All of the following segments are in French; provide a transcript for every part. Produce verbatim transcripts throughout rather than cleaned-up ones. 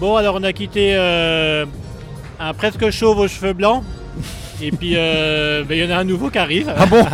Bon, alors on a quitté euh, un presque chauve aux cheveux blancs. Et puis, euh, ben, il y en a un nouveau qui arrive. Ah bon?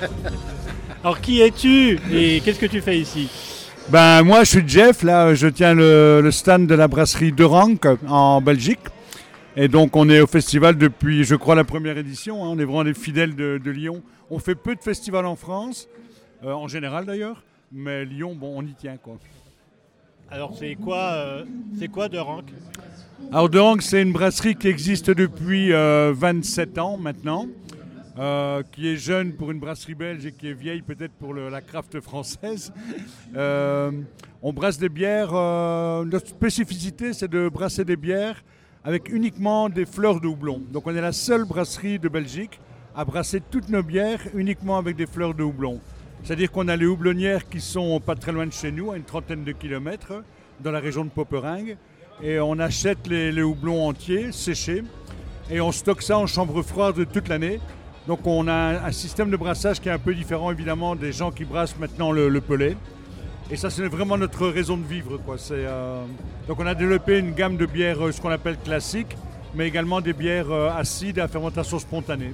Alors, qui es-tu et qu'est-ce que tu fais ici? Ben moi je suis Jeff, là je tiens le, le stand de la brasserie De Rank en Belgique. Et donc on est au festival depuis je crois la première édition, hein. On est vraiment des fidèles de, de Lyon. On fait peu de festivals en France, euh, en général d'ailleurs, mais Lyon, bon on y tient quoi. Alors c'est quoi, euh, c'est quoi De Rank? Alors De Rank c'est une brasserie qui existe depuis euh, vingt-sept ans maintenant. Euh, qui est jeune pour une brasserie belge et qui est vieille peut-être pour le, la craft française. Euh, on brasse des bières, euh, notre spécificité c'est de brasser des bières avec uniquement des fleurs de houblon. Donc on est la seule brasserie de Belgique à brasser toutes nos bières uniquement avec des fleurs de houblon. C'est-à-dire qu'on a les houblonnières qui sont pas très loin de chez nous, à une trentaine de kilomètres, dans la région de Poperingue. Et on achète les, les houblons entiers, séchés, et on stocke ça en chambre froide toute l'année. Donc on a un, un système de brassage qui est un peu différent évidemment des gens qui brassent maintenant le, le pelé. Et ça c'est vraiment notre raison de vivre, quoi. C'est, euh... Donc on a développé une gamme de bières, euh, ce qu'on appelle classiques, mais également des bières euh, acides à fermentation spontanée.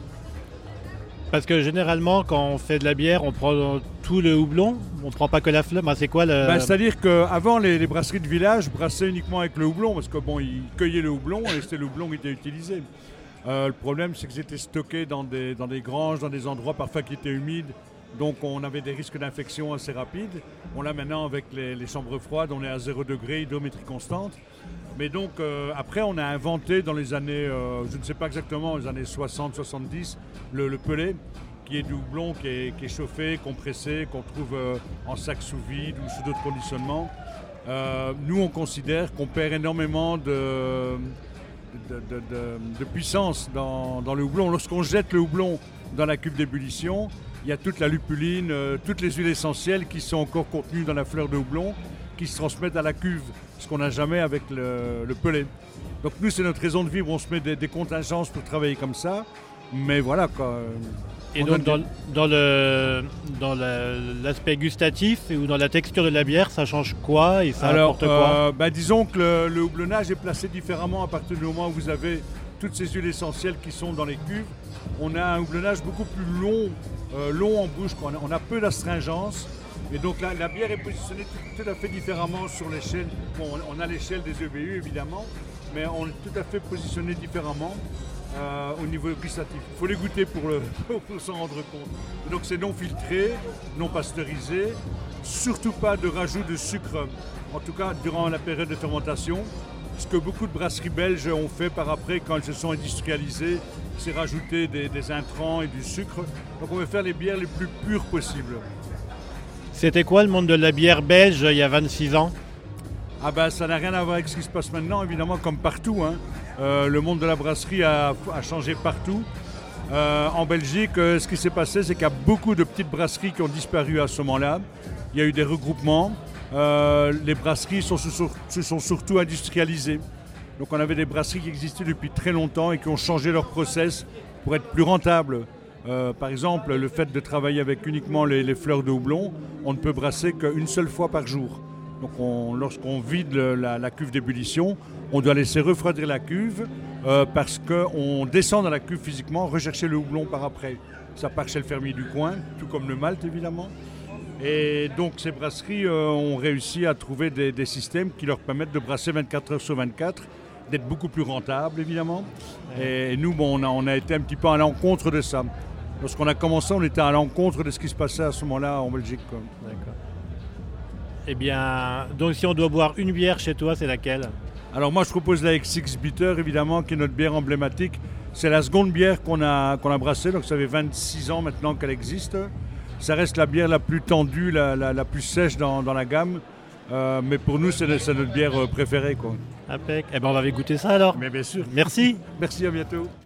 Parce que généralement quand on fait de la bière, on prend tout le houblon, on ne prend pas que la fleur. Ben, c'est quoi le... ben, C'est-à-dire qu'avant les, les brasseries de village brassaient uniquement avec le houblon, parce que bon, ils cueillaient le houblon et c'était le houblon qui était utilisé. Euh, le problème, c'est qu'ils étaient stockés dans des, dans des granges, dans des endroits parfois qui étaient humides. Donc on avait des risques d'infection assez rapides. On l'a maintenant avec les, les chambres froides, on est à zéro degré, hydrométrie constante. Mais donc euh, après, on a inventé dans les années, euh, je ne sais pas exactement, les années soixante soixante-dix, le, le pelé, qui est du houblon, qui est, qui est chauffé, compressé, qu'on trouve euh, en sac sous vide ou sous d'autres conditionnements. Euh, nous, on considère qu'on perd énormément de... De, de, de, de puissance dans, dans le houblon. Lorsqu'on jette le houblon dans la cuve d'ébullition, il y a toute la lupuline, euh, toutes les huiles essentielles qui sont encore contenues dans la fleur de houblon, qui se transmettent à la cuve, ce qu'on n'a jamais avec le, le pelé. Donc nous, c'est notre raison de vivre, on se met des, des contingences pour travailler comme ça, mais voilà quoi. Et donc dans, dans, le, dans la, l'aspect gustatif ou dans la texture de la bière, ça change quoi et ça Alors, apporte quoi euh, bah, disons que le, le houblonnage est placé différemment à partir du moment où vous avez toutes ces huiles essentielles qui sont dans les cuves. On a un houblonnage beaucoup plus long, euh, long en bouche, quoi. On a peu d'astringence. Et donc la, la bière est positionnée tout, tout à fait différemment sur l'échelle. Bon, on, on a l'échelle des E B U évidemment, mais on est tout à fait positionné différemment. Euh, au niveau gustatif. Il faut les goûter pour, le, pour s'en rendre compte. Et donc c'est non filtré, non pasteurisé, surtout pas de rajout de sucre, en tout cas durant la période de fermentation. Ce que beaucoup de brasseries belges ont fait par après quand elles se sont industrialisées, c'est rajouter des, des intrants et du sucre. Donc on veut faire les bières les plus pures possibles. C'était quoi le monde de la bière belge il y a vingt-six ans? Ah ben ça n'a rien à voir avec ce qui se passe maintenant, évidemment, comme partout, hein. Euh, le monde de la brasserie a, a changé partout. Euh, en Belgique, euh, ce qui s'est passé, c'est qu'il y a beaucoup de petites brasseries qui ont disparu à ce moment-là. Il y a eu des regroupements. Euh, les brasseries sont, se sont surtout industrialisées. Donc on avait des brasseries qui existaient depuis très longtemps et qui ont changé leur process pour être plus rentables. Euh, par exemple, le fait de travailler avec uniquement les, les fleurs de houblon, on ne peut brasser qu'une seule fois par jour. Donc on, lorsqu'on vide le, la, la cuve d'ébullition, on doit laisser refroidir la cuve euh, parce qu'on descend dans la cuve physiquement, rechercher le houblon par après. Ça part chez le fermier du coin, tout comme le malt évidemment. Et donc ces brasseries euh, ont réussi à trouver des, des systèmes qui leur permettent de brasser vingt-quatre heures sur vingt-quatre, d'être beaucoup plus rentables évidemment. Et nous, bon, on, a, on a été un petit peu à l'encontre de ça. Lorsqu'on a commencé, on était à l'encontre de ce qui se passait à ce moment-là en Belgique, quoi. D'accord. Eh bien, donc si on doit boire une bière chez toi, c'est laquelle? Alors moi je propose la X X Bitter évidemment, qui est notre bière emblématique. C'est la seconde bière qu'on a, qu'on a brassée, donc ça fait vingt-six ans maintenant qu'elle existe. Ça reste la bière la plus tendue, la, la, la plus sèche dans, dans la gamme. Euh, mais pour nous, c'est, c'est notre bière préférée, quoi. Impec. Eh ben on va aller goûter ça alors. Mais bien sûr. Merci. Merci, à bientôt.